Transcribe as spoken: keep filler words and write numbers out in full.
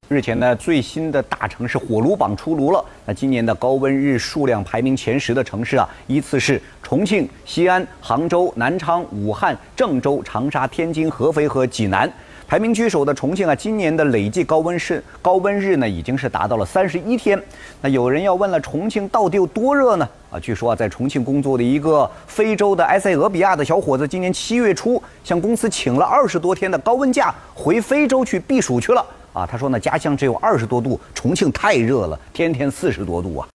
日前呢，最新的大城市火炉榜出炉了。那今年的高温日数量排名前十的城市啊，依次是重庆、西安、杭州、南昌、武汉、郑州、长沙、天津、合肥和济南。排名居首的重庆啊，今年的累计高温是高温日呢，已经是达到了三十一天。那有人要问了，重庆到底有多热呢？啊，据说啊，在重庆工作的一个非洲的埃塞俄比亚的小伙子，今年七月初向公司请了二十多天的高温假，回非洲去避暑去了。啊，他说呢，家乡只有二十多度，重庆太热了，天天四十多度啊。